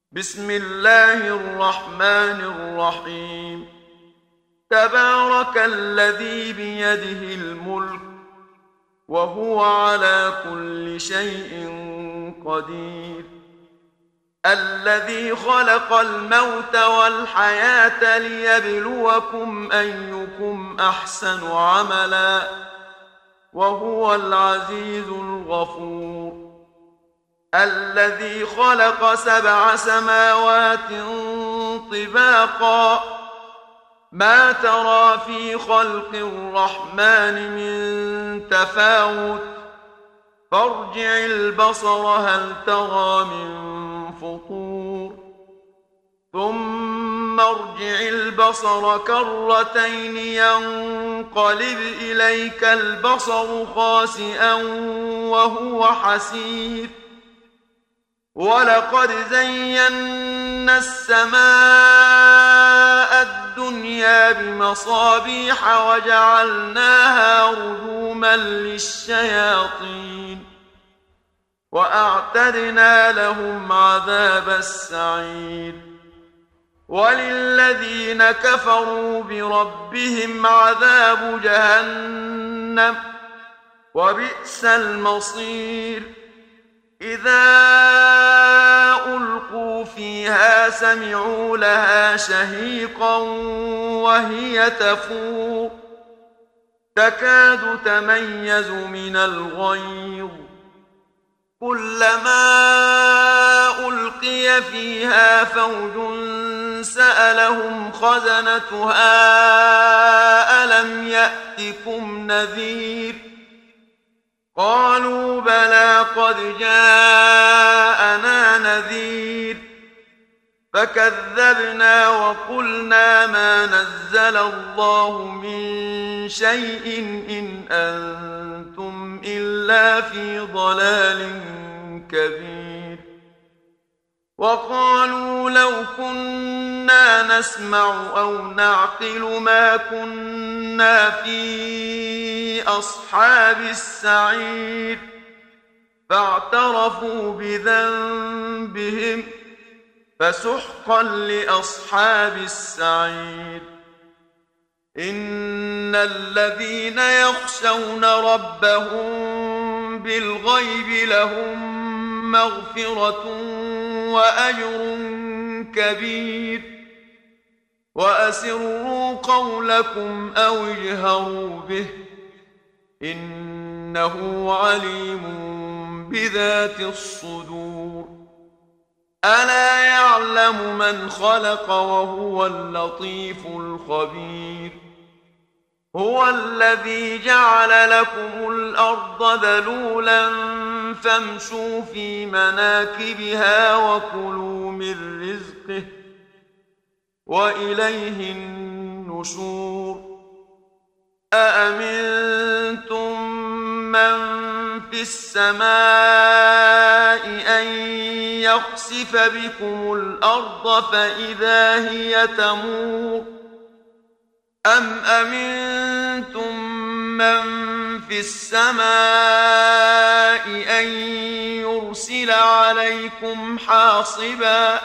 بسم الله الرحمن الرحيم. تبارك الذي بيده الملك وهو على كل شيء قدير. الذي خلق الموت والحياة ليبلوكم أيكم أحسن عملا وهو العزيز الغفور. الذي خلق 7 سماوات طباقا ما ترى في خلق الرحمن من تفاوت فارجع البصر هل ترى من فطور ثم ارجع البصر كرتين ينقلب إليك البصر خاسئا وهو حسير. ولقد زينا السماء الدنيا بمصابيح وجعلناها رجوما للشياطين وأعتدنا لهم عذاب السعير. وللذين كفروا بربهم عذاب جهنم وبئس المصير. إذا ألقوا فيها سمعوا لها شهيقا وهي تفور تكاد تميز من الغيظ كلما ألقي فيها فوج سألهم خزنتها ألم يأتكم نذير قالوا بلى قد جاءنا نذير فكذبنا وقلنا ما نزل الله من شيء إن أنتم إلا في ضلال كبير. وقالوا لو كنا نسمع أو نعقل ما كنا في أصحاب السعير فاعترفوا بذنبهم فسحقا لأصحاب السعير. إن الذين يخشون ربهم بالغيب لهم مغفرة وأجر كبير. وأسروا قولكم أو اجهروا به إنه عليم بذات الصدور. ألا يعلم من خلق وهو اللطيف الخبير. هو الذي جعل لكم الأرض ذلولا فامشوا في مناكبها وكلوا من رزقه وإليه النشور. أأمنتم من في السماء أن يخسف بكم الأرض فإذا هي تمور أم أمنتم من في السماء أن يرسل عليكم حاصبا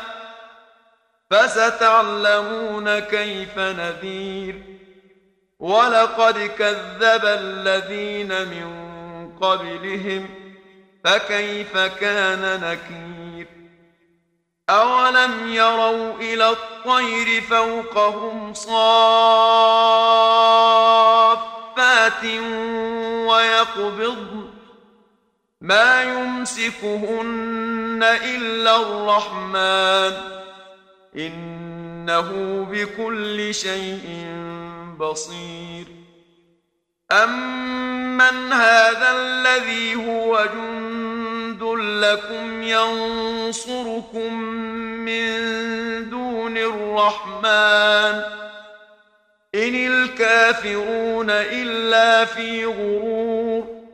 فستعلمون كيف نذير. ولقد كذب الذين من قبلهم فكيف كان نكير. أولم يروا إلى الطير فوقهم صافات ويقبضن ما يمسكهن إلا الرحمن إنه بكل شيء بصير. أمن هذا الذي هو جند لكم ينصركم من دون الرحمن إن الكافرون إلا في غرور.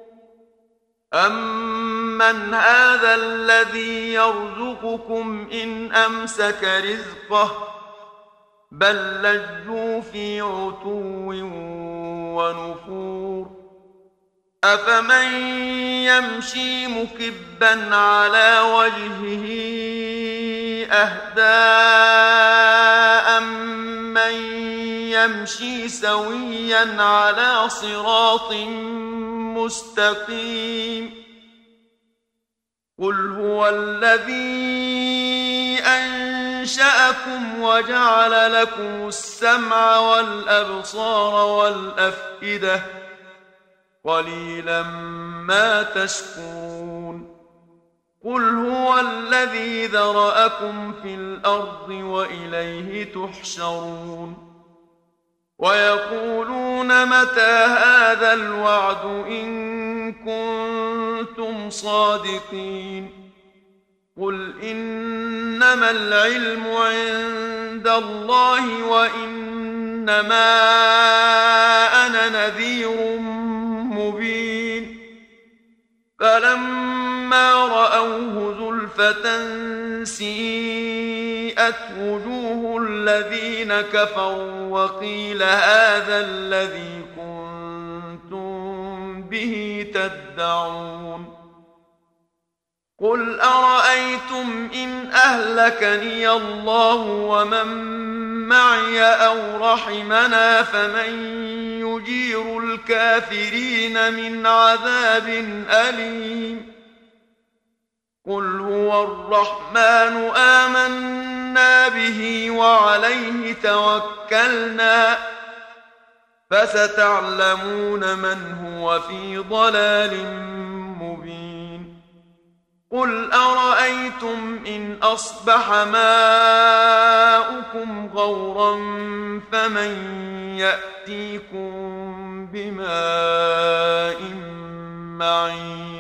أمن هذا الذي يرزقكم إن أمسك رزقه بل لجوا في عتو ونفور. أفمن يمشي مكبا على وجهه أهدى أمن يمشي سويا على صراط مستقيم قل هو الذي أنشأكم وجعل لكم السمع والأبصار والأفئدة قليلا ما تشكرون قل هو الذي ذرأكم في الأرض وإليه تحشرون ويقولون متى هذا الوعد إن كنتم صادقين قل إنما العلم عند الله وإنما أنا نذير مبين فلما رأوه زلفة سيئت وجوه الذين كفروا وقيل هذا الذي كنتم به تدعون قل أرأيتم إن أهلكني الله ومن معي أو رحمنا فمن يجير الكافرين من عذاب أليم قل هو الرحمن آمنا به وعليه توكلنا فستعلمون من هو في ضلال مبين قل أرأيتم إن أصبح ماؤكم غورا فمن يأتيكم بماء معين